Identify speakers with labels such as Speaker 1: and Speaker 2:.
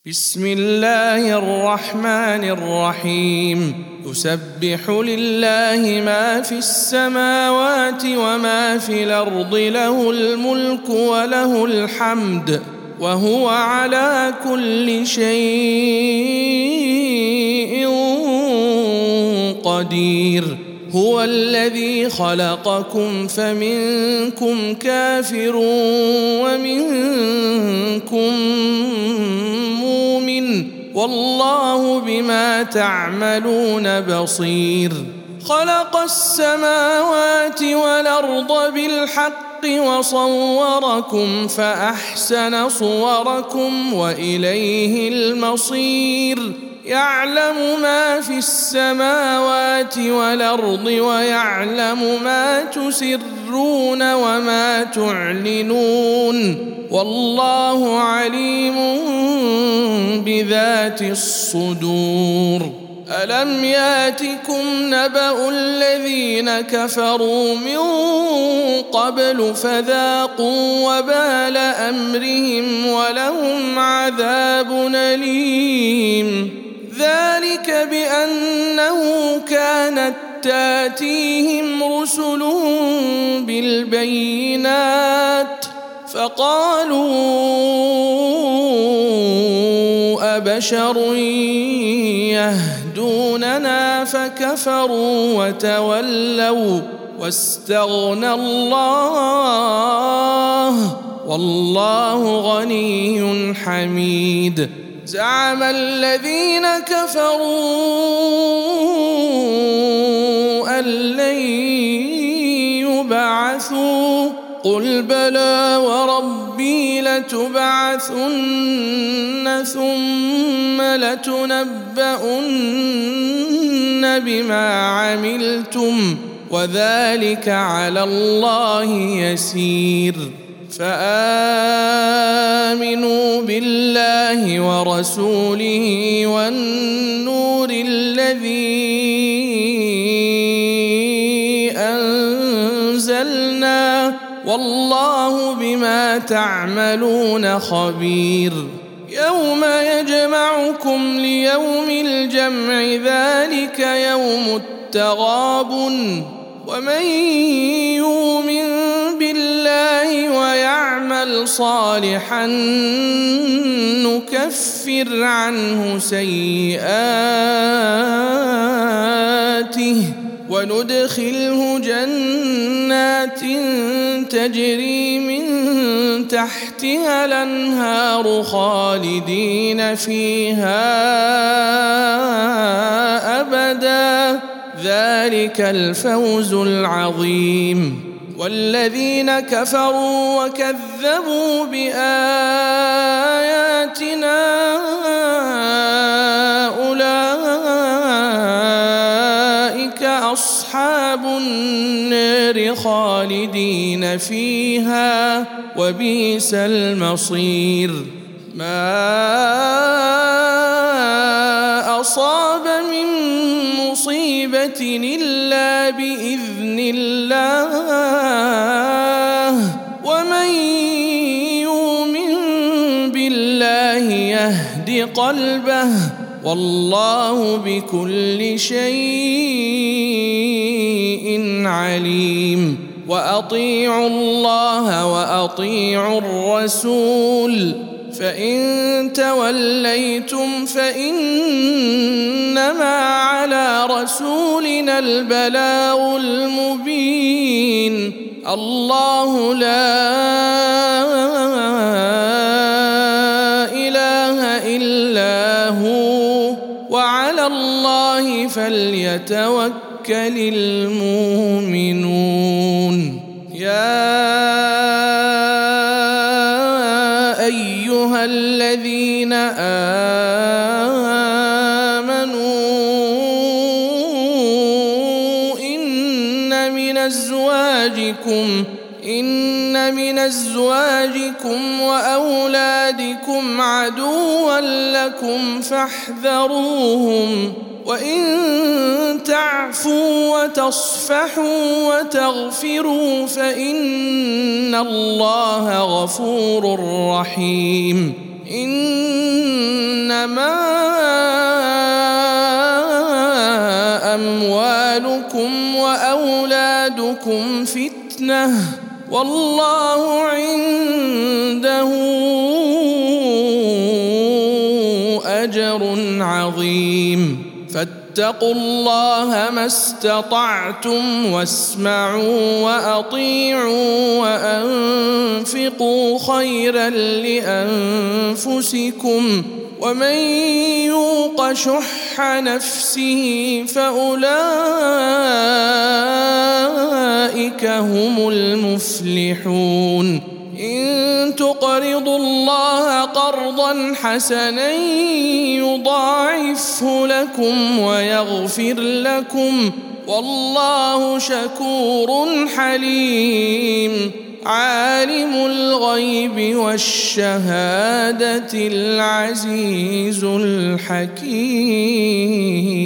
Speaker 1: بسم الله الرحمن الرحيم يسبح لله ما في السماوات وما في الأرض له الملك وله الحمد وهو على كل شيء قدير هو الذي خلقكم فمنكم كافر ومنكم مؤمن والله بما تعملون بصير خلق السماوات والأرض بالحق وصوركم فأحسن صوركم وإليه المصير يعلم ما في السماوات والأرض ويعلم ما تسرون وما تعلنون والله عليم بذات الصدور ألم ياتكم نبأ الذين كفروا من قبل فذاقوا وبال أمرهم ولهم عذاب أليم ذلك بأنه كانت تاتيهم رسل بالبينات فقالوا أبشر يهدوننا فكفروا وتولوا واستغنى الله والله غني حميد زعم الذين كفروا أن لن يبعثوا قل بلى وربي لتبعثن ثم لتنبؤن بما عملتم وذلك على الله يسير فآمنوا بالله ورسوله والنور الذي أنزلنا والله بما تعملون خبير يوم يجمعكم ليوم الجمع ذلك يوم التغابن ومن يؤمن بالله ويعمل صالحا نكفر عنه سيئاته وندخله جنات تجري من تحتها الأنهار خالدين فيها أبدا ذلك الفوز العظيم والذين كفروا وكذبوا بآياتنا أولئك أصحاب النار خالدين فيها وبئس المصير ما أصاب من مصيبة إلا بإذن الله ومن يؤمن بالله يهد قلبه والله بكل شيء عليم وأطيعوا الله وأطيعوا الرسول فإن توليتم فإنما على رسولنا البلاغ المبين الله لا إله إلا هو وعلى الله فليتوكل المؤمنون يا أيها الذين آمنوا إن من أزواجكم وأولادكم عدوا لكم فاحذروهم وإن تعفوا وتصفحوا وتغفروا فإن الله غفور رحيم إن إنما أموالكم وأولادكم فتنة والله عنده أجر عظيم فاتقوا الله ما استطعتم واسمعوا وأطيعوا وأنفقوا خيرا لأنفسكم ومن يوق شح نفسه فأولئك هم المفلحون إن تقرضوا الله قرضا حسنا يضاعفه لكم ويغفر لكم والله شكور حليم عالم الغيب والشهادة العزيز الحكيم.